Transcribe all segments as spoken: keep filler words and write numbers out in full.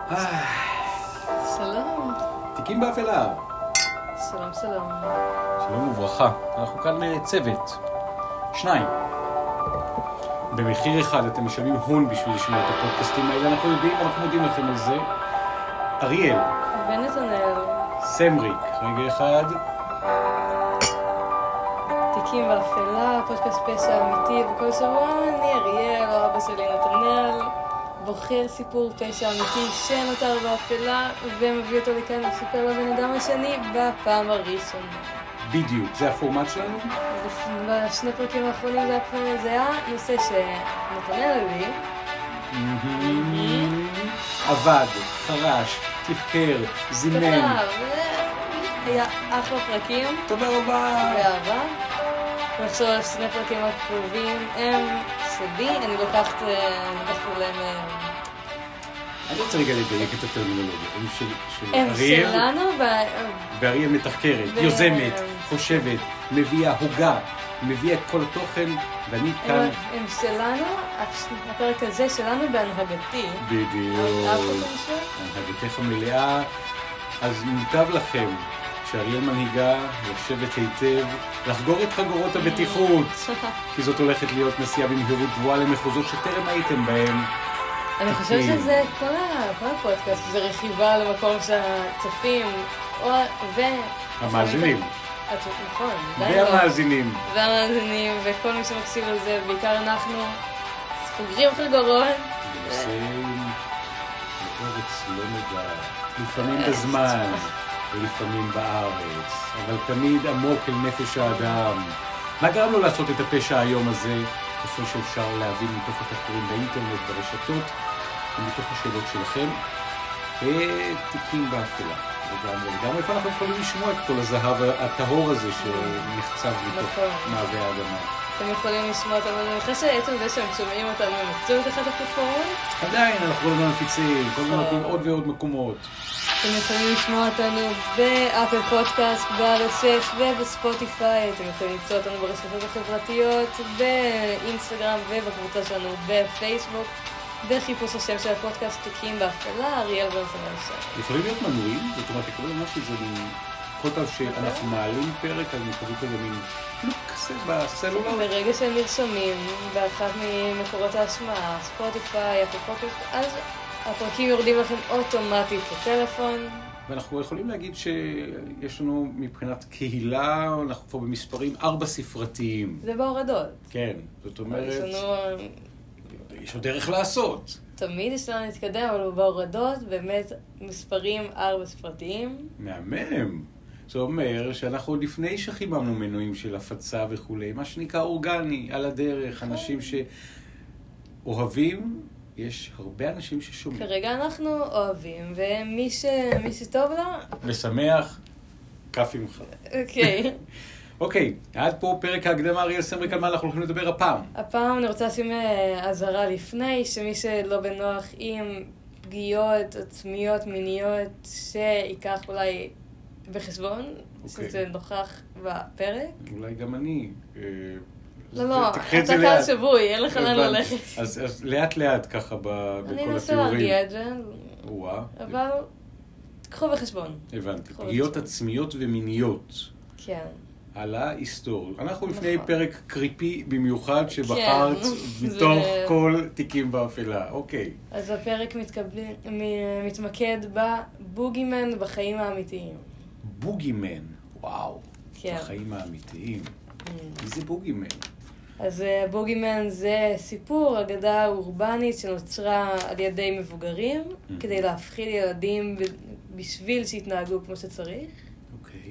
שלום. תיקים באפלה. שלום, שלום. שלום וברכה. אנחנו כאן צוות. שניים. במחיר אחד אתם משלמים הון בשביל לשמוע את הפודקאסטים האלה. אנחנו יודעים, אנחנו מודים לכם על זה. אריאל. ונתנאל. סמריק. רגע אחד. תיקים באפלה, פודקאסט פשע אמיתי, וכל שבוע אני אריאל, או אבא שלי נתנאל, בוחר סיפור פשע אמיתי שנותר באפלה, ומביא אותו לכאן לספר לבן אדם השני בפעם הראשונה. בדיוק, זה הפורמט שלנו? בשני פרקים האחרונים זה היה נושא שנתנאל הביא. עבד, חרש, תחקר, זימן. בכלל, היה אחלה פרקים. תודה רבה. באהבה. ועכשיו שני פרקים הקרובים הם שלי, אני לוקחת, אני לוקחת עליהם... אני רוצה רגע לדייק את הטרמינולוגיה. הם של הם אריאל. שלנו ו... ואריאל מתחקרת, ו- יוזמת, חושבת, מביאה הוגה, מביאה את כל התוכן, ואני כאן... הם שלנו, הפרק הזה שלנו בהנהגתי. בדיוק. אהבת את המשפט? הנהגתך המלאה. אז מוטב לכם, כשאריאל מנהיגה, לשבת היטב, לחגור את חגורות הבטיחות, כי זאת הולכת להיות נסיעה במהירות גבוהה למחוזות שטרם הייתם בהם. אני חושבת שזה כל ה- כל הפודקאסט, זה רכיבה למקום שהצופים, או- ו... המאזינים. נכון. די לא. והמאזינים. והמאזינים, וכל מי שמקשיב על זה, בעיקר אנחנו סוגרים חגורות. בנושאים בארץ לא נדע, לפעמים בזמן, ולפעמים בארץ, אבל תמיד עמוק אל נפש האדם. מה גרם לו לעשות את הפשע היום הזה, כפי שאפשר להבין מתוך התחקורים באינטרנט, ברשתות, ומתוך השאלות שלכם? תיקים באפלה. לגמרי, לגמרי, איפה אנחנו יכולים לשמוע את כל הזהב הטהור הזה שנחצב מתוך מעבי האדמה? אתם יכולים לשמוע אותנו, אני חושבת שעצם זה שהם שומעים אותנו, הם מצאו את אחת הפלטפורמות? עדיין, אנחנו כל הזמן מפיצים, כל הזמן נותנים עוד ועוד מקומות. אתם יכולים לשמוע אותנו באפל פודקאסט, ב-אר אס אס ובספוטיפיי. אתם יכולים למצוא אותנו ברשתות החברתיות, באינסטגרם ובקבוצה שלנו בפייסבוק. בחיפוש השם של הפודקאסט תיקים באפלה, אריאל ונתנאל שם. יכולים להיות מנויים, זאת אומרת, יקבלו משהו, זה מין... כל פעם שאנחנו מעלים פרק, אז מקבלים כזה מין קלופ כזה בסלולר. ברגע שהם נרשמים באחת ממקורות ההשמעה, ספוטיפיי, אפל פודקאסט, אז הפרקים יורדים לכם אוטומטית לטלפון. ואנחנו יכולים להגיד שיש לנו מבחינת קהילה, אנחנו פה במספרים ארבע ספרתיים. זה בהורדות. כן, זאת אומרת, יש לנו... יש עוד דרך לעשות. תמיד יש לנו להתקדם, אבל בהורדות באמת מספרים ארבע ספרתיים. מהמם. זה אומר שאנחנו עוד לפני שחיממנו מנועים של הפצה וכולי, מה שנקרא אורגני, על הדרך, אנשים שאוהבים, יש הרבה אנשים ששומעים. כרגע אנחנו אוהבים, ומי ש... מי שטוב לו... ושמח, כף ממך. אוקיי. אוקיי, עד פה פרק ההקדמה, אריאל סמריק, על מה אנחנו הולכים לדבר הפעם? הפעם אני רוצה לשים אזהרה לפני, שמי שלא בנוח עם פגיעות עצמיות מיניות, שיקח אולי בחשבון, שזה נוכח בפרק. אולי גם אני. לא, לא, אתה קהל שבוי, אין לך לאן ללכת. אז לאט לאט ככה בכל התיאורים. אני אנסה להרגיע את זה, אבל תקחו בחשבון. הבנתי, פגיעות עצמיות ומיניות. כן. על ההיסטוריה. אנחנו לפני פרק קריפי במיוחד שבחרת מתוך כל תיקים באפלה. אוקיי. אז הפרק מתמקד בבוגימן בחיים האמיתיים. בוגימן, וואו. בחיים האמיתיים. מי זה בוגימן? אז בוגימן זה סיפור, אגדה אורבנית שנוצרה על ידי מבוגרים, כדי להפחיד ילדים בשביל שיתנהגו כמו שצריך. אוקיי.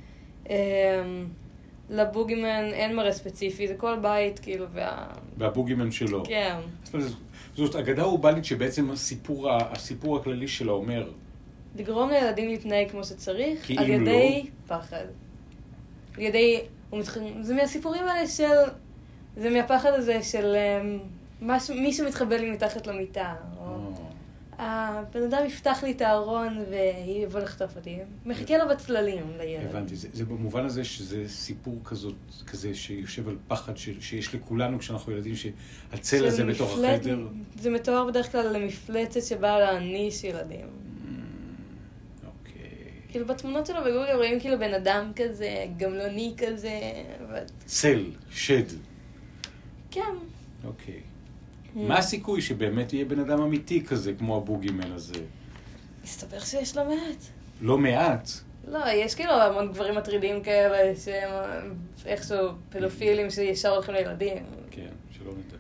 לבוגימן אין מראה ספציפי, זה כל בית, כאילו, וה... והבוגימן שלו. כן. זאת אגדה אורבנית שבעצם הסיפור, הסיפור הכללי שלה אומר... לגרום לילדים להתנהג כמו שצריך, כי על אם ידי לא... פחד. על ידי... זה מהסיפורים האלה של... זה מהפחד הזה של... משהו, מישהו מתחבא לי מתחת למיטה, או... הבן אדם יפתח לי את הארון ויבוא לחטוף אותי. מחכה לו בצללים לילד. הבנתי, זה, זה במובן הזה שזה סיפור כזאת, כזה שיושב על פחד ש, שיש לכולנו כשאנחנו ילדים, שהצל הזה בתוך מפלט, החדר. זה מתואר בדרך כלל למפלצת שבאה להעניש ילדים. אוקיי. כאילו בתמונות שלו בגוגל רואים כאילו בן אדם כזה, גמלוני כזה. ו... צל, שד. כן. אוקיי. מה הסיכוי שבאמת יהיה בן אדם אמיתי כזה, כמו הבוגימן הזה? מסתבר שיש לא מעט. לא מעט? לא, יש כאילו המון גברים מטרידים כאלה שהם איכשהו פדופילים שישר הולכים לילדים. כן, שלא נדע.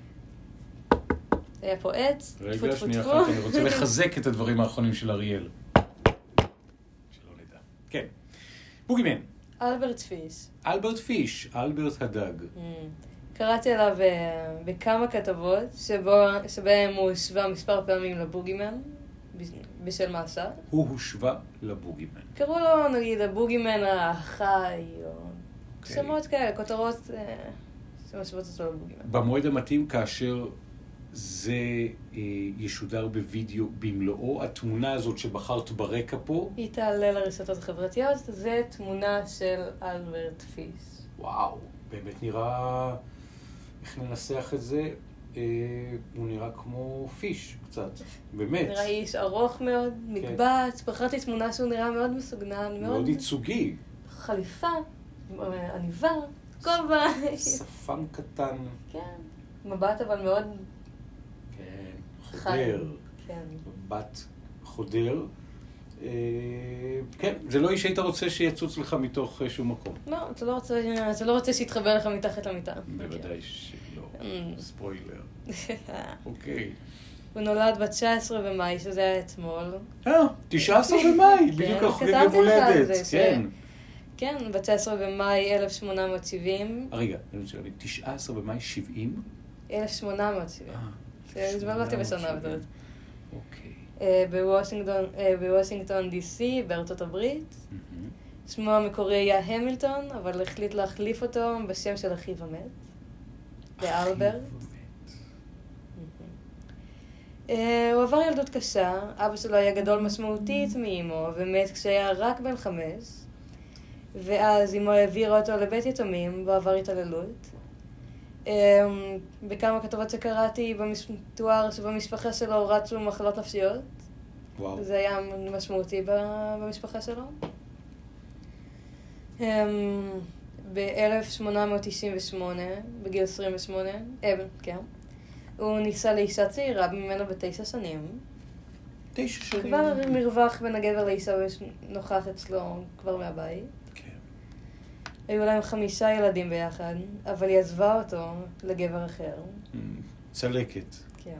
היה פה עץ, רגע, שנייה אחת, אני רוצה לחזק את הדברים האחרונים של אריאל. שלא נדע. כן. בוגימן. אלברט פיש. אלברט פיש, אלברט הדג. קראתי עליו בכמה כתבות שבהם הוא הושווה מספר פעמים לבוגימן בשל מעשיו. הוא הושווה לבוגימן. קראו לו נגיד הבוגימן החי או שמות כאלה, כותרות שמשוות אותו לבוגימן. במועד המתאים כאשר זה ישודר בווידאו במלואו, התמונה הזאת שבחרת ברקע פה היא תעלה לרשתות החברתיות, זה תמונה של אלברט פיש. וואו, באמת נראה... איך ננסח את זה? אה, הוא נראה כמו פיש קצת, באמת. נראה איש ארוך מאוד, מקבץ, כן. בחרתי תמונה שהוא נראה מאוד מסוגנן, מאוד... מאוד ייצוגי. חליפה, עניבה, כובע. שפם קטן. כן, מבט אבל מאוד... כן, חודר. כן. מבט חודר. אה, כן, זה לא איש שהיית רוצה שיצוץ לך מתוך שום מקום. לא, אתה לא רוצה, אתה לא רוצה שיתחבר לך מתחת למיטה. בוודאי שלא. ספוילר. אוקיי. הוא נולד ב-תשעה עשר במאי, שזה היה אתמול. אה, תשעה עשר במאי, בדיוק אחרי יום הולדת. כן. כן, ב-תשעה עשר במאי אלף שמונה מאות שבעים. רגע, אני רוצה להגיד, תשעה עשר במאי שבעים? אלף שמונה מאות שבעים. התבלבלתי בשנה בטעות. אוקיי. בוושינגטון די סי, בארצות הברית. שמו המקורי היה המילטון, אבל החליט להחליף אותו בשם של אחיו המת. באלברט. הוא עבר ילדות קשה, אבא שלו היה גדול משמעותית מאמו, ומת כשהיה רק בן חמש, ואז אמו העבירה אותו לבית יתומים, בו עבר התעללות. בכמה כתובות שקראתי תואר שבמשפחה שלו רצו מחלות נפשיות. וואו. זה היה משמעותי במשפחה שלו. ב-אלף שמונה מאות תשעים ושמונה, בגיל עשרים ושמונה, כן, הוא ניסה לאישה צעירה ממנו בתשע שנים. תשע שנים. כבר מרווח בין הגבר לאישה נוכח אצלו כבר מהבית. כן. היו להם חמישה ילדים ביחד, אבל היא עזבה אותו לגבר אחר. צלקת. כן.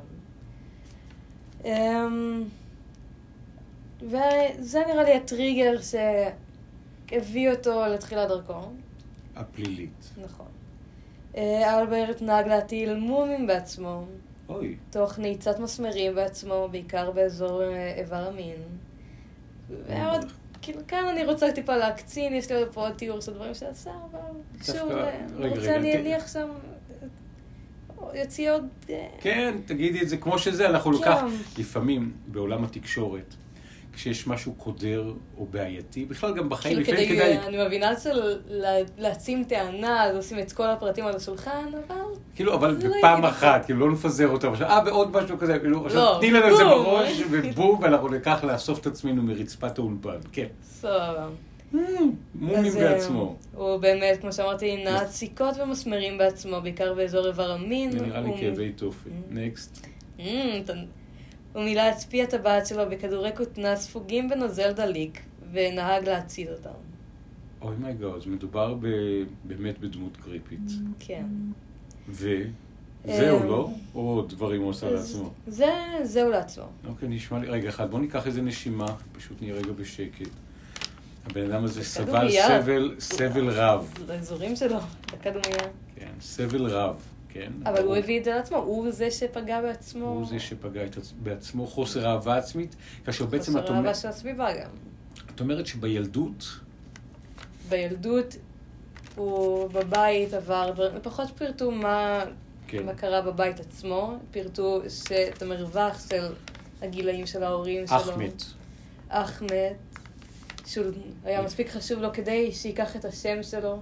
וזה נראה לי הטריגר שהביא אותו לתחילת דרכו. הפלילית. נכון. אלברט נהג להטיל מומים בעצמו. אוי. תוך ניצת מסמרים בעצמו, בעיקר באזור איבר המין. ועוד, כאילו, כאן אני רוצה טיפה להקצין, יש לי עוד פה עוד תיאור של דברים שעשה, אבל שוב, אני רוצה אני אניח שם, יוציא עוד... כן, תגידי את זה כמו שזה, אנחנו לוקח, לפעמים בעולם התקשורת, כשיש משהו קודר או בעייתי, בכלל גם בחיים לפעמים כדאי... אני מבינה להעצים טענה, אז עושים את כל הפרטים על השולחן, אבל... כאילו, אבל בפעם אחת, כאילו, לא נפזר אותם עכשיו, אה, ועוד משהו כזה, כאילו, עכשיו תני לנו את זה בראש, ובום, ואנחנו ניקח לאסוף את עצמנו מרצפת האולפן, כן. סבבה. מומים בעצמו. הוא באמת, כמו שאמרתי, נעד סיכות ומסמרים בעצמו, בעיקר באזור איבר המין. זה נראה לי כאבי תופי. נקסט. הוא מילא את פי הטבעת שלו בכדורי כותנה ספוגים בנוזל דליק, ונהג להציל אותם. אוי מי גאד, מדובר באמת בדמות קריפית. כן. ו? זהו, לא? או עוד דברים הוא עושה לעצמו? זהו לעצמו. אוקיי, נשמע לי... רגע אחד, בוא ניקח איזה נשימה, פשוט נהיה רגע בשקט. הבן אדם הזה סבל סבל, סבל רב. לאזורים שלו, בכדומיה. כן, סבל רב. כן, אבל הוא הביא את זה לעצמו, הוא זה שפגע בעצמו. הוא זה שפגע בעצמו, חוסר אהבה עצמית, כאשר בעצם... חוסר אהבה של הסביבה גם. את אומרת שבילדות... בילדות הוא בבית עבר, פחות פרטו מה, כן. מה קרה בבית עצמו, פרטו שאת המרווח של הגילאים של ההורים שלו. אחמד. אחמד, שהוא היה מספיק חשוב לו כדי שיקח את השם שלו.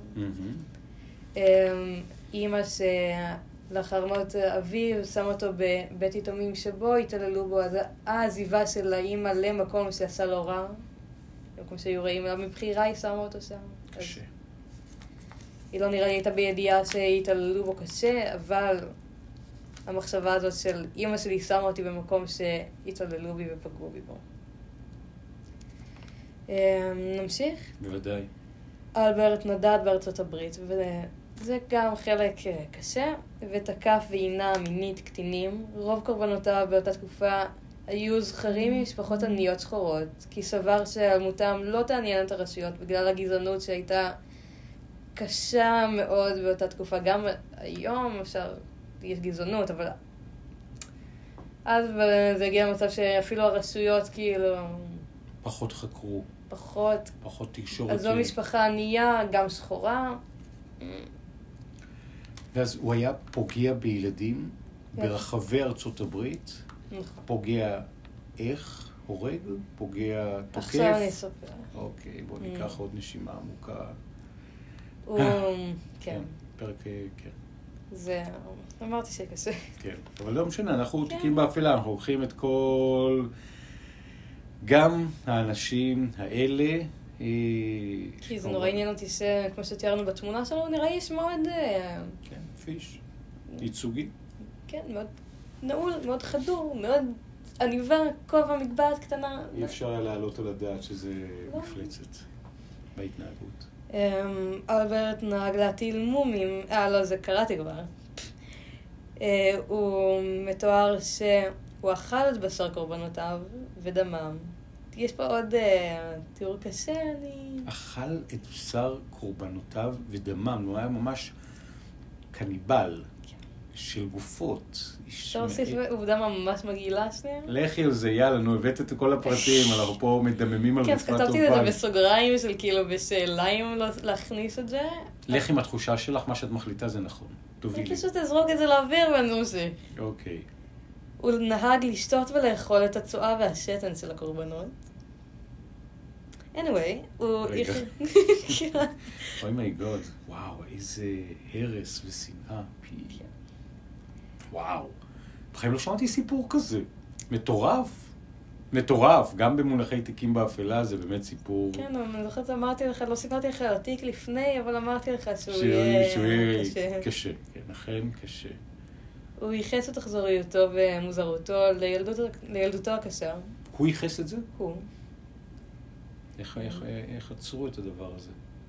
אימא שלאחר מות אביו שם אותו בבית יתומים שבו התעללו בו, אז העזיבה של האימא למקום שעשה לו רע, במקום שהיו רעים אליו מבחירה, היא שמה אותו שם. קשה. היא לא נראה לי הייתה בידיעה שהתעללו בו קשה, אבל המחשבה הזאת של אימא שלי שמה אותי במקום שהתעללו בי ופגעו בי בו. נמשיך? בוודאי. אלברט נדד בארצות הברית, וזה גם חלק קשה, ותקף ועינה מינית קטינים. רוב קורבנותיו באותה תקופה היו זכרים ממשפחות עניות שחורות, כי סבר שהלמותם לא תעניין את הרשויות בגלל הגזענות שהייתה קשה מאוד באותה תקופה. גם היום אפשר, יש גזענות, אבל אז זה הגיע למצב שאפילו הרשויות כאילו פחות חקרו. פחות. פחות תקשורת. אז זו משפחה ענייה, גם שחורה. ואז הוא היה פוגע בילדים ברחבי ארצות הברית. נכון. פוגע איך? הורג? פוגע תוקף? עכשיו אני אספר. אוקיי, בוא ניקח עוד נשימה עמוקה. הוא, כן. פרק, כן. זה, אמרתי שקשה. כן, אבל לא משנה, אנחנו תיקים באפלה, אנחנו לוקחים את כל... גם האנשים האלה... כי זה נורא עניין אותי שכמו שתיארנו בתמונה שלו, נראה איש מאוד... כן, פיש. ייצוגי. כן, מאוד נעול, מאוד חדור, מאוד עניבה, כובע, מגבעת קטנה. אי אפשר היה להעלות על הדעת שזה מפלצת בהתנהגות. אלברט נהג להטיל מומים, אה לא, זה קראתי כבר. הוא מתואר שהוא אכל את בשר קורבנותיו ודמם. יש פה עוד תיאור קשה, אני... אכל את בשר קורבנותיו ודמם, הוא היה ממש קניבל של גופות. אתה עושה עובדה ממש מגעילה שנייה? לכי על זה, יאללה, נו, הבאת את כל הפרטים, אנחנו פה מדממים על רצפת אורפן. כן, כתבתי את זה בסוגריים של כאילו בשאליים להכניס את זה. לך עם התחושה שלך, מה שאת מחליטה זה נכון. תובילי. אני פשוט אזרוק את זה לאוויר ואנושי. אוקיי. הוא נהג לשתות ולאכול את הצואה והשתן של הקורבנות. anyway, הוא... רגע. אוי מי גוד, וואו, איזה הרס ושנאה. וואו. בחיים לא שמעתי סיפור כזה. מטורף. מטורף. גם במונחי תיקים באפלה זה באמת סיפור... כן, אני זוכרת, אמרתי לך, לא סיפרתי לך על התיק לפני, אבל אמרתי לך שהוא יהיה קשה. קשה. כן, אכן קשה. הוא ייחס את אכזריותו ומוזרותו לילדותו הקשה. הוא ייחס את זה? הוא. איך, איך, איך עצרו את הדבר הזה?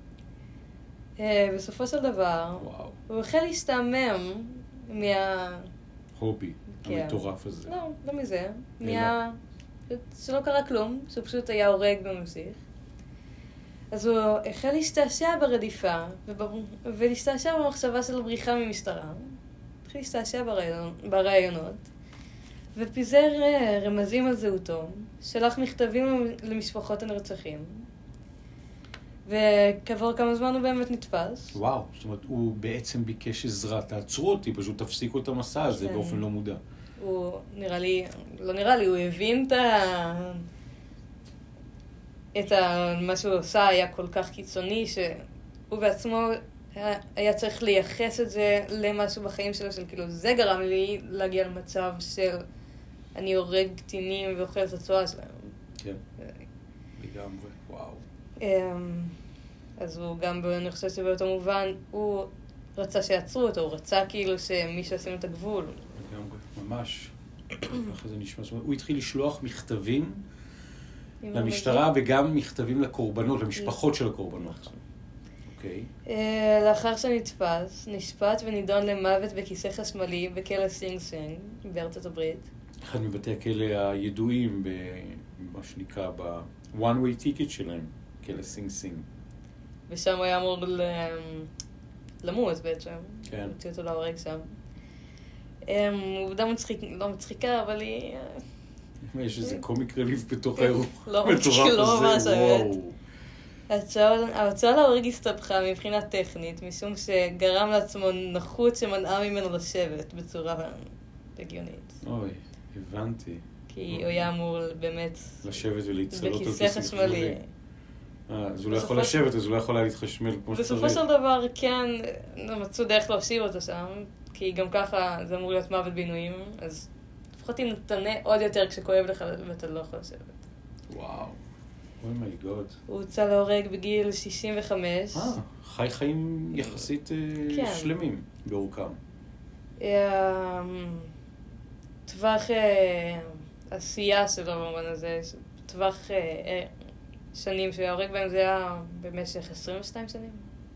בסופו של דבר, וואו. הוא החל להשתעמם מה... הובי, המטורף הזה. לא, לא מזה. מה... שלא קרה כלום, שהוא פשוט היה הורג וממשיך. אז הוא החל להשתעשע ברדיפה, ולהשתעשע במחשבה של בריחה ממשטרה. התחיל להשתעשע ברעיונות, ופיזר רמזים על זהותו, שלח מכתבים למשפחות הנרצחים, וכעבור כמה זמן הוא באמת נתפס. וואו, זאת אומרת, הוא בעצם ביקש עזרה, תעצרו אותי, פשוט תפסיקו את המסע הזה באופן לא מודע. הוא, נראה לי, לא נראה לי, הוא הבין את ה... את ה... מה שהוא עושה היה כל כך קיצוני, שהוא בעצמו היה, היה צריך לייחס את זה למשהו בחיים שלו, של כאילו, זה גרם לי להגיע למצב של אני הורג קטינים ואוכל את הצועה שלהם. כן, לגמרי, וואו. אז הוא גם, אני חושבת שבאותו מובן, הוא רצה שיעצרו אותו, הוא רצה כאילו שמי שעשינו את הגבול. לגמרי, ממש. ככה זה נשמע. הוא התחיל לשלוח מכתבים למשטרה וגם מכתבים לקורבנות, למשפחות של הקורבנות. אוקיי. לאחר שנתפס, נשפט ונידון למוות בכיסא חשמלי בכלא סינג סינג בארצות הברית. אחד מבתי הכלא הידועים במה שנקרא ב-one way ticket שלהם, כלא סינג סינג. ושם הוא היה אמור למות בעצם. כן. הוציאו אותו להורג שם. עובדה לא מצחיקה, אבל היא... יש איזה קומיק רליף בתוך האירוע. לא מצחיקה, לא ממש האמת. ההוצאה להורג הסתבכה מבחינה טכנית, משום שגרם לעצמו נחות שמנעה ממנו לשבת בצורה הגיונית. אוי, הבנתי. כי הוא היה אמור באמת... לשבת ולהצטלות על בכיסא חשמלי. אז הוא לא יכול לשבת, אז הוא לא יכול להתחשמל כמו שצריך. בסופו של דבר, כן, מצאו דרך להושיב אותו שם, כי גם ככה זה אמור להיות מוות בינויים, אז לפחות אם תענה עוד יותר כשכואב לך ואתה לא יכול לשבת. וואו, אוי מי גוד. הוא הוצא להורג בגיל שישים וחמש. אה, חי חיים יחסית כן. שלמים באורכם. טווח עשייה שלו במובן הזה, טווח שנים שהוא הורג בהם זה היה במשך עשרים ושתיים שנים.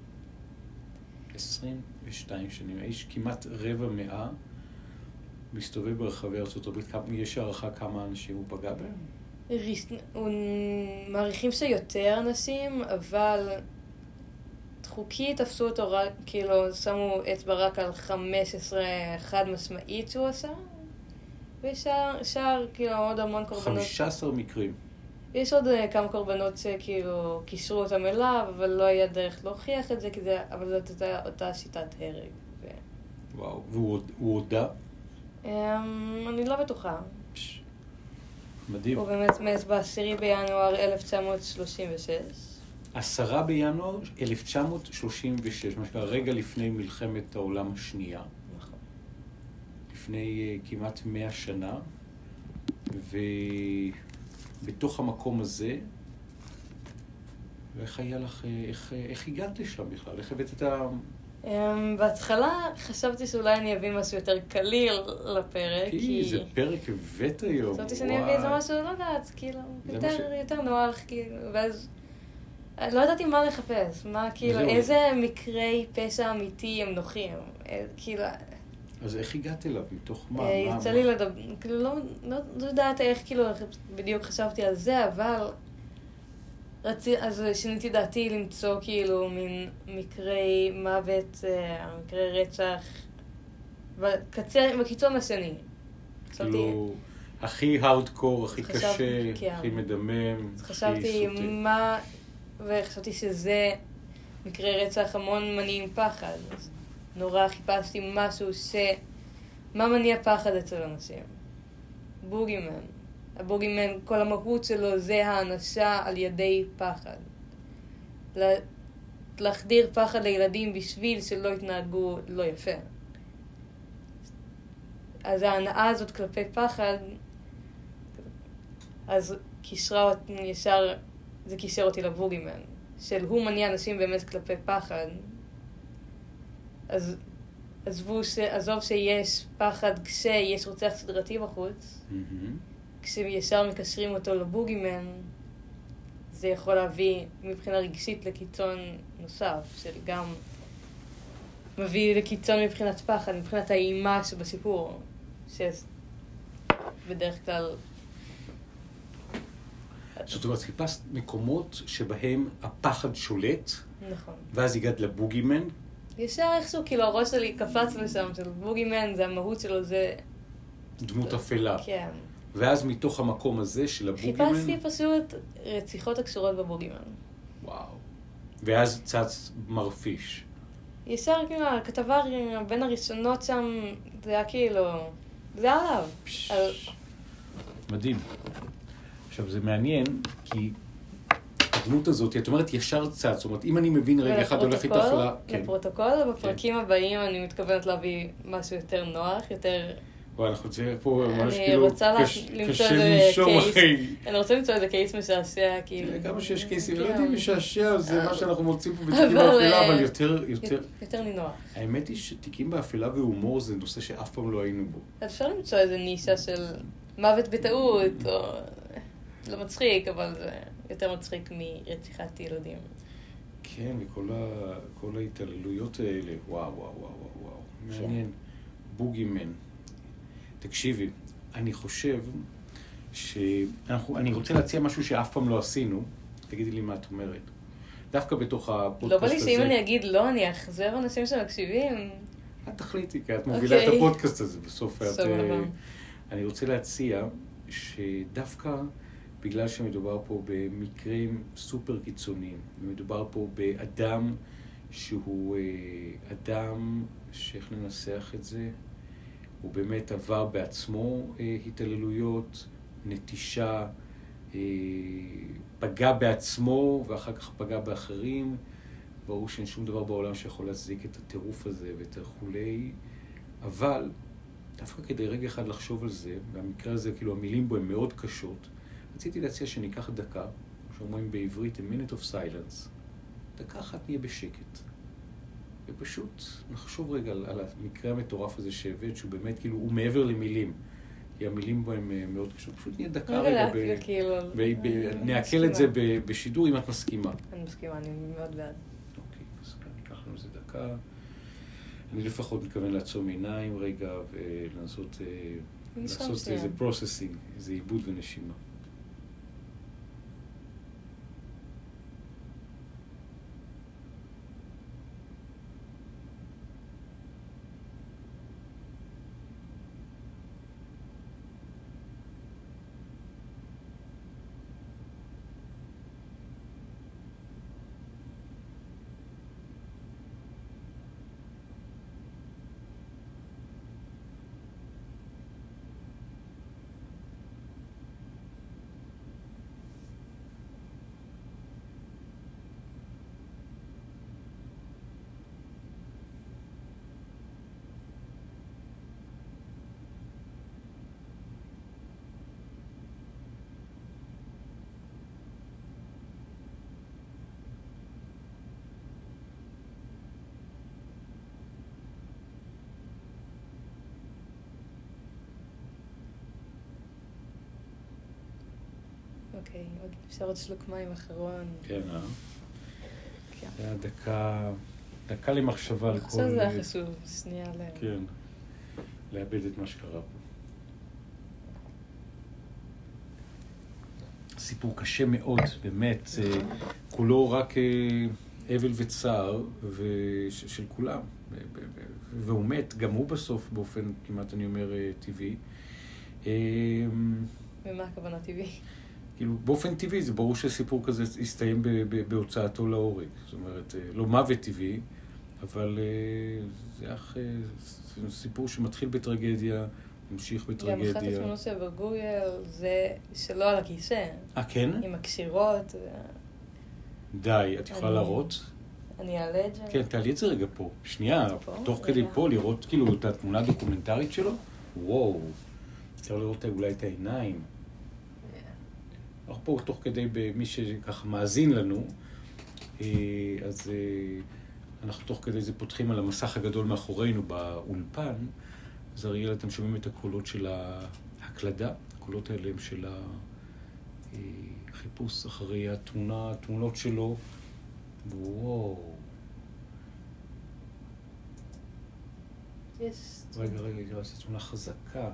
עשרים ושתיים שנים, האיש כמעט רבע מאה מסתובב ברחבי ארצות הברית. יש הערכה כמה אנשים הוא פגע בהם? הוא מעריכים שיותר אנשים, אבל חוקית תפסו אותו רק, כאילו שמו אצבע רק על חמש עשרה חד משמעית שהוא עשה, ושאר כאילו עוד המון קורבנות. חמישה עשר מקרים. יש עוד כמה קורבנות שכאילו קישרו אותם אליו, אבל לא היה דרך להוכיח את זה, כי זה, אבל זאת אותה, אותה שיטת הרג. ו... וואו, והוא הודע? אני לא בטוחה. פש... מדהים. הוא באמת מת בעשירי בינואר אלף תשע מאות שלושים ושש. עשרה בינואר אלף תשע מאות שלושים ושש, מה שקרה רגע לפני מלחמת העולם השנייה. נכון. לפני uh, כמעט מאה שנה, ובתוך המקום הזה, ואיך היה לך, איך, איך הגעת לשם בכלל? איך הבאת את ה... Um, בהתחלה חשבתי שאולי אני אביא משהו יותר קליל לפרק, כי... כי... זה פרק הבאת היום. חשבתי שאני אביא איזה משהו, לא יודעת, כאילו, יותר, ש... יותר נוח, כאילו, ואז... לא ידעתי מה לחפש, מה, כאילו, איזה מקרי פשע אמיתי הם נוחים, כאילו... אז איך הגעת אליו? מתוך מה? יצא לי לדבר, כאילו, לא, לא, לא יודעת איך, כאילו, בדיוק חשבתי על זה, אבל... רצי, אז שיניתי דעתי למצוא, כאילו, מין מקרי מוות, מקרי רצח, בקצה, בקיצון השני. כאילו, הכי הארדקור, הכי חשב, קשה, כן. הכי מדמם, הכי חשבתי סוטי. מה... וחשבתי שזה מקרה רצח המון מניעים פחד. נורא חיפשתי משהו ש... מה מניע פחד אצל אנשים? בוגימן. הבוגימן, כל המהות שלו זה האנשה על ידי פחד. לה... להחדיר פחד לילדים בשביל שלא יתנהגו לא יפה. אז ההנאה הזאת כלפי פחד, אז קישרה אותי ישר... זה קישר אותי לבוגימן, של הוא מניע אנשים באמת כלפי פחד. אז עזבו ש... עזוב שיש פחד כשיש רוצח סדרתי בחוץ, Mm-hmm. כשישר מקשרים אותו לבוגימן, זה יכול להביא מבחינה רגשית לקיצון נוסף, של גם מביא לקיצון מבחינת פחד, מבחינת האימה שבסיפור, שבדרך כלל... זאת אומרת, חיפשת מקומות שבהם הפחד שולט, נכון. ואז הגעת לבוגימן. ישר איכשהו, כאילו הראש שלי קפץ לשם, של בוגימן, זה המהות שלו, זה... דמות אפלה. כן. ואז מתוך המקום הזה של הבוגימן... חיפשתי פשוט רציחות הקשורות בבוגימן. וואו. ואז צץ מרפיש. ישר, כאילו, הכתבה בין הראשונות שם, זה היה כאילו... זה היה עליו. על... מדהים. עכשיו, זה מעניין, כי הדמות הזאת, את אומרת, ישר צץ. זאת אומרת, אם אני מבין רגע אחד הולך איתך ל... כן. לפרוטוקול, בפרקים כן. הבאים אני מתכוונת להביא משהו יותר נוח, יותר... וואי, אנחנו צריכים פה ממש אני כאילו... רוצה קש... למצוא קשה איזה לנשום, קייס. אני רוצה למצוא איזה קייס משעשע, כאילו... כמה שיש קייסים, לא כן. יודעים משעשע, זה מה שאנחנו מוצאים פה בתיקים באפלה, אבל יותר... יותר יותר נינוח. האמת היא שתיקים באפלה והומור זה נושא שאף פעם לא היינו בו. אפשר למצוא איזה נישה של מוות בטעות, או... לא מצחיק, אבל זה יותר מצחיק מרציחת ילדים. כן, וכל ה... כל ההתעללויות האלה, וואו, וואו, וואו, וואו, מעניין. בוגימן. תקשיבי, אני חושב שאנחנו, אני רוצה להציע משהו שאף פעם לא עשינו. תגידי לי מה את אומרת. דווקא בתוך הפודקאסט הזה... לא בא לי שאם אני אגיד לא, אני אחזר אנשים שמקשיבים. את תחליטי, כי את מובילה את הפודקאסט הזה בסוף. את, אני רוצה להציע שדווקא בגלל שמדובר פה במקרים סופר קיצוניים, ומדובר פה באדם שהוא אדם, שאיך ננסח את זה, הוא באמת עבר בעצמו התעללויות, נטישה, פגע בעצמו ואחר כך פגע באחרים. ברור שאין שום דבר בעולם שיכול להצדיק את הטירוף הזה ואת החולי, אבל דווקא כדי רגע אחד לחשוב על זה, והמקרה הזה, כאילו המילים בו הן מאוד קשות, רציתי להציע שניקח דקה, שאומרים בעברית, a minute of silence, דקה אחת נהיה בשקט. ופשוט נחשוב רגע על, על המקרה המטורף הזה שהבאת, שהוא באמת כאילו, הוא מעבר למילים. כי המילים בו הם מאוד קשות. פשוט נהיה דקה רגע, נעכל את זה בשידור אם את מסכימה. אני מסכימה, אני מאוד בעד. אוקיי, אז ניקח לנו איזה דקה. אני לפחות מתכוון לעצום עיניים רגע ולנסות לעשות איזה פרוססינג, איזה עיבוד ונשימה. אוקיי, עוד אפשר עוד שלוק מים אחרון. כן, אה? כן. זה היה דקה, דקה למחשבה לכל... עכשיו זה היה חשוב, שנייה ל... כן, לאבד את מה שקרה פה. סיפור קשה מאוד, באמת, כולו רק אבל וצער של כולם. והוא מת, גם הוא בסוף, באופן כמעט אני אומר טבעי. ומה הכוונה טבעי? כאילו, באופן טבעי, זה ברור שסיפור כזה יסתיים בהוצאתו להורג. זאת אומרת, לא מוות טבעי, אבל זה אך סיפור שמתחיל בטרגדיה, ממשיך בטרגדיה. גם אחת התמונות של בגוגל, זה שלא על הכיסא. אה, כן? עם הקשירות. די, את יכולה להראות? אני אעלה את זה. כן, תעלי את זה רגע פה. שנייה, תוך כדי פה, לראות כאילו את התמונה הדוקומנטרית שלו. וואו, אפשר לראות אולי את העיניים. אנחנו פה תוך כדי במי שככה מאזין לנו, אז אנחנו תוך כדי זה פותחים על המסך הגדול מאחורינו באולפן, אז אריאל, אתם שומעים את הקולות של ההקלדה, הקולות האלה הם של החיפוש אחרי התמונה, התמונות שלו. וואו. יש... רגע, רגע, זו תמונה חזקה.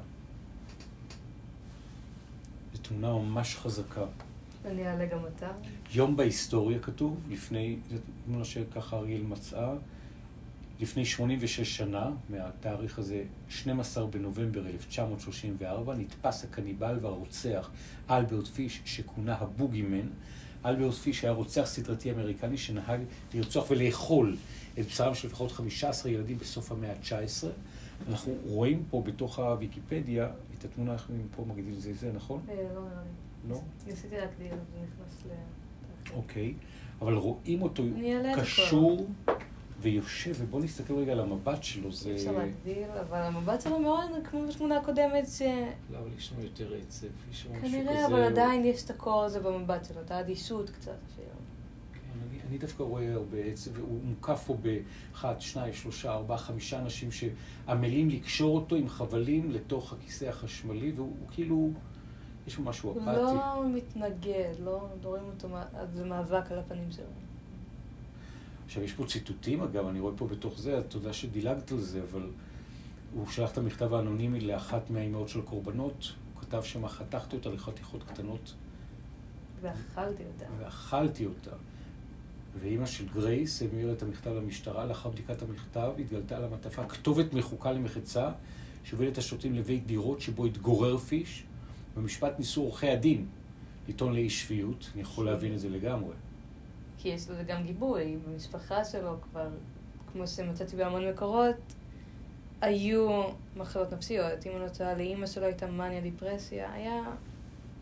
זו תמונה ממש חזקה. אני אעלה גם אותה. יום בהיסטוריה כתוב, לפני, זו תמונה שככה אריאל מצאה, לפני שמונים ושש שנה, מהתאריך הזה, שנים עשר בנובמבר אלף תשע מאות שלושים וארבע, נתפס הקניבל והרוצח אלברט פיש, שכונה הבוגימן. אלברט פיש היה רוצח סדרתי אמריקני שנהג לרצוח ולאכול את בשרם של לפחות חמישה עשר ילדים בסוף המאה ה-תשע עשרה. אנחנו רואים פה בתוך הוויקיפדיה את התמונה, אנחנו פה מגידים זה, זה, נכון? לא, לא, לא. לא? ניסיתי להקדיר, זה נכנס ל... אוקיי, אבל רואים אותו קשור ויושב, ובוא נסתכל רגע על המבט שלו, זה... אפשר להגדיר, אבל המבט שלו מאוד כמו בתמונה הקודמת ש... לא, אבל יש לנו יותר עצב, יש לנו משהו כזה... כנראה, אבל עדיין יש את הקור הזה במבט שלו, את האדישות קצת אפילו. כן, אני, אני דווקא רואה הרבה עצב, והוא מוקף פה באחד, שניים, שלושה, ארבעה, חמישה אנשים שעמלים לקשור אותו עם חבלים לתוך הכיסא החשמלי, והוא כאילו... יש לו משהו אפאתי. הוא לא מתנגד, לא רואים אותו, זה מאבק על הפנים שלו. עכשיו, יש פה ציטוטים, אגב, אני רואה פה בתוך זה, תודה שדילגת על זה, אבל הוא שלח את המכתב האנונימי לאחת מהאימהות של הקורבנות, הוא כתב שמה חתכתי אותה לחתיכות קטנות. ואכלתי אותה. ואכלתי אותה. ואימא של גרייס העבירה את המכתב למשטרה, לאחר בדיקת המכתב התגלתה על המעטפה כתובת מחוקה למחצה, שהובילה את השוטרים לבית דירות שבו התגורר פיש, במשפט ניסו עורכי הדין לטעון לאי שפיות, אני יכול להבין את זה לגמרי. כי יש לזה גם גיבוי, במשפחה שלו כבר, כמו שמצאתי בהמון מקורות, היו מחלות נפסיות. אם הוא נוצא לאמא שלו הייתה מניה דיפרסיה, היה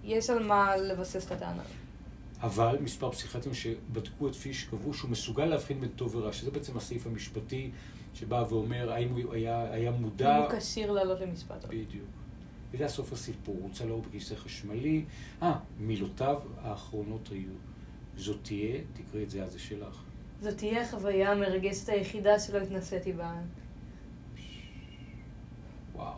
יש על מה לבסס את הטענה. אבל מספר פסיכיאטרים שבדקו את פיש קבעו שהוא מסוגל להבחין בין טוב ורע, שזה בעצם הסעיף המשפטי שבא ואומר האם הוא היה, היה מודע... הוא כשיר לעלות למשפט. בדיוק. וזה הסוף הסיפור, הוא הוצא לאור בכיסא חשמלי. אה, מילותיו האחרונות היו. זאת תהיה, תקראי את זה, אז זה שלך. זאת תהיה החוויה המרגשת היחידה שלא התנסיתי בה. וואו.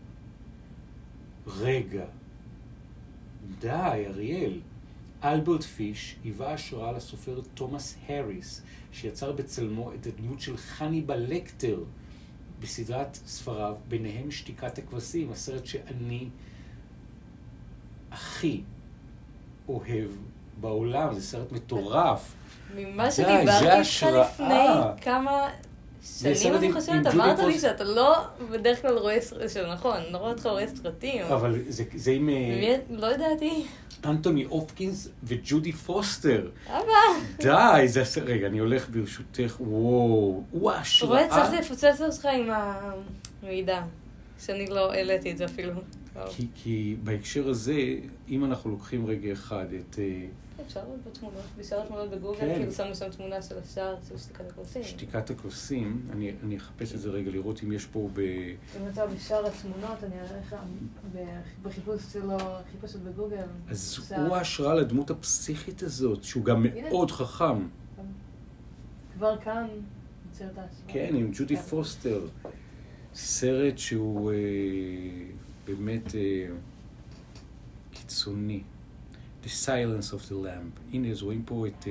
רגע. די, אריאל. אלברט פיש היווה השראה לסופר תומאס האריס, שיצר בצלמו את הדמות של חניבל לקטר בסדרת ספריו, ביניהם שתיקת הכבשים, הסרט שאני הכי אוהב בעולם. זה סרט מטורף. ממה שדיברתי איתך לפני כמה שנים אני חושבת, אמרת לי שאתה לא בדרך כלל רואה סרטים, נכון, לא רואה אותך רואה סרטים. אבל זה עם... לא ידעתי. אנטוני הופקינס וג'ודי פוסטר. אבא. די, זה... רגע, אני הולך ברשותך, וואו, וואו, השראה. רואה, צריך לפוצץ אותך עם המידע, שאני לא העליתי את זה אפילו. כי, כי בהקשר הזה, אם אנחנו לוקחים רגע אחד את... אפשר לראות בתמונות, בשאר התמונות בגוגל, כאילו שמנו שם תמונה של השאר, של שתיקת הכבשים. שתיקת הכבשים, אני, אני אחפש את זה רגע, לראות אם יש פה ב... אם אתה בשאר התמונות, אני אראה לך בחיפוש שלו, חיפוש בגוגל. אז הוא ההשראה לדמות הפסיכית הזאת, שהוא גם מאוד חכם. כבר כאן, יוצרת ההשראה. כן, עם ג'ודי פוסטר. סרט שהוא באמת קיצוני. The Silence of the Lamb. הנה, אז רואים פה את...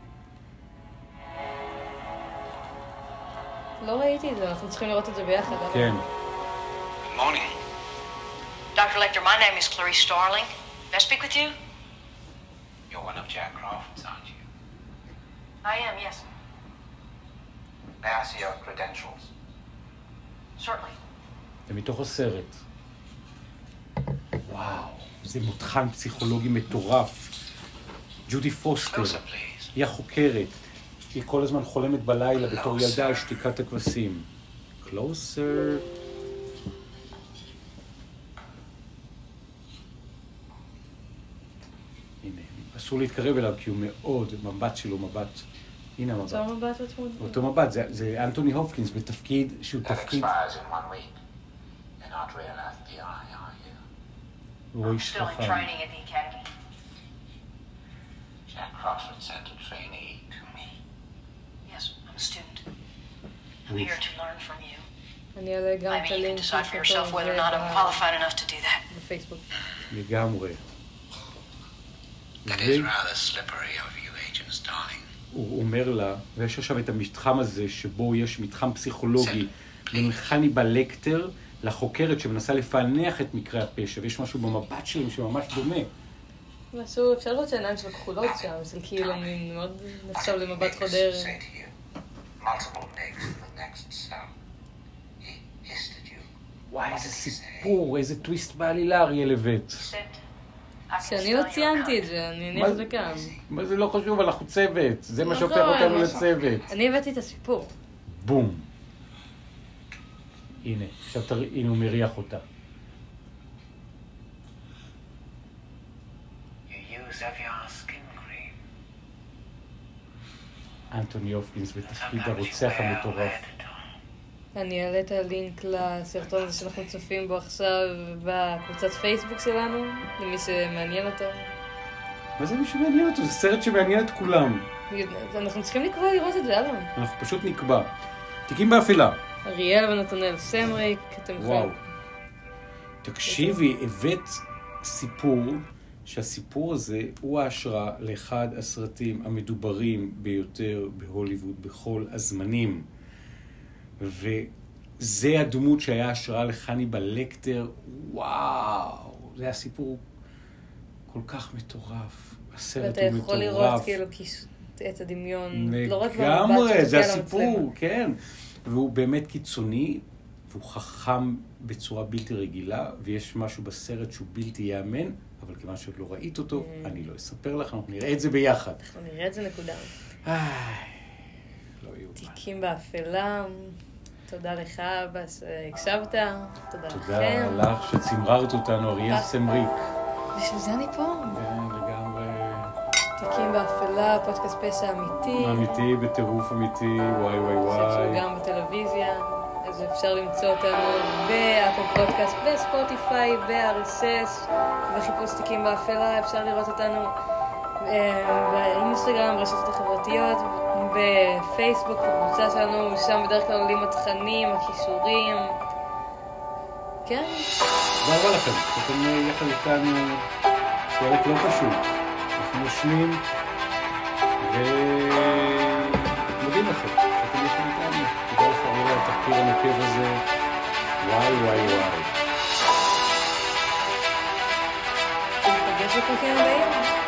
לא ראיתי את זה, אנחנו צריכים לראות את זה ביחד. כן. Good morning. Doctor Lecter, my name is Clarice Starling. May I speak with you? You're one of Jack Crawford's, aren't you? I am, yes. May I see your credentials? Certainly. זה מתוך הסרט. וואו. זה מותחן פסיכולוגי מטורף. ג'ודי פוסטר, היא החוקרת. היא כל הזמן חולמת בלילה בתור ילדה על שתיקת הכבשים. Closer. הנה, אסור להתקרב אליו כי הוא מאוד, מבט שלו, מבט. הנה המבט. אותו מבט עצמו. אותו מבט, זה, זה אנטוני הופקינס בתפקיד שהוא תפקיד... הוא איש חכם. Jack Crawford sent a trainee to me. Yes, I'm a student. I'm here to learn from you. אני אעלה גם את הלינק של סרטון בפייסבוק. לגמרי. That is rather slippery of you, agents, darling. הוא אומר לה, ויש עכשיו את המתחם הזה שבו יש מתחם פסיכולוגי בין חניבל לקטר לחוקרת שמנסה לפענח את מקרה הפשע, ויש משהו במבט שלהם שממש דומה. משהו, אפשר לראות שהעיניים שלו כחולות שם, של כאילו מאוד נחשב למבט חודר. וואי, איזה סיפור, איזה טוויסט בעלילה, אריאל הבאת. שאני לא ציינתי את זה, אני אניח את זה כאן. מה זה לא חשוב, אנחנו צוות, זה מה שהופך אותנו לצוות. אני הבאתי את הסיפור. בום. הנה, עכשיו תראי, הנה הוא מריח אותה. אנטוני הופקינס בתפקיד הרוצח המטורף. אני אעלה את הלינק לסרטון הזה שאנחנו צופים בו עכשיו בקבוצת פייסבוק שלנו, למי שמעניין אותו. מה זה מי שמעניין אותו? זה סרט שמעניין את כולם. אנחנו צריכים לקבוע לראות את זה, אלון. אנחנו פשוט נקבע. תיקים באפלה. אריאל ונתנאל סמריק, אתם וואו. חיים. תקשיבי, הבאת סיפור, שהסיפור הזה הוא ההשראה לאחד הסרטים המדוברים ביותר בהוליווד בכל הזמנים. וזה הדמות שהיה השראה לחניבל לקטר. וואו, זה היה סיפור כל כך מטורף. הסרט הוא מטורף. ואתה יכול לראות כאילו את הדמיון, לא רק לגמרי, זה הסיפור, כן. והוא באמת קיצוני, והוא חכם בצורה בלתי רגילה, ויש משהו בסרט שהוא בלתי יאמן, אבל כיוון שעוד לא ראית אותו, mm. אני לא אספר לך, אנחנו נראה את זה ביחד. אנחנו נראה את זה נקודה. איי, לא יאומן. תיקים באפלה, תודה לך, אבא, שהקשבת, תודה לכם. תודה לך שצמררת אותנו, אריאל סמריק. בשביל זה אני פה. כן, לגמרי. תיקים באפלה, פודקאסט פשע אמיתי. אמיתי, בטירוף אמיתי, וואי וואי וואי. שהוא גם בטלוויזיה, אז אפשר למצוא אותנו באפל פודקאסט, בספוטיפיי, ב-אר אס אס, בחיפוש תיקים באפלה, אפשר לראות אותנו באינסטגרם, ברשתות החברתיות, בפייסבוק, בקבוצה שלנו, שם בדרך כלל עולים התכנים, הכישורים. כן? תודה רבה לכם, שאתם יחד איתנו פרק לא פשוט. אנחנו נושמים ומודים לכם שאתם יחד איתנו. תודה לך על התחקיר הנוקב הזה. וואי וואי וואי. נפגש בפרקים הבאים.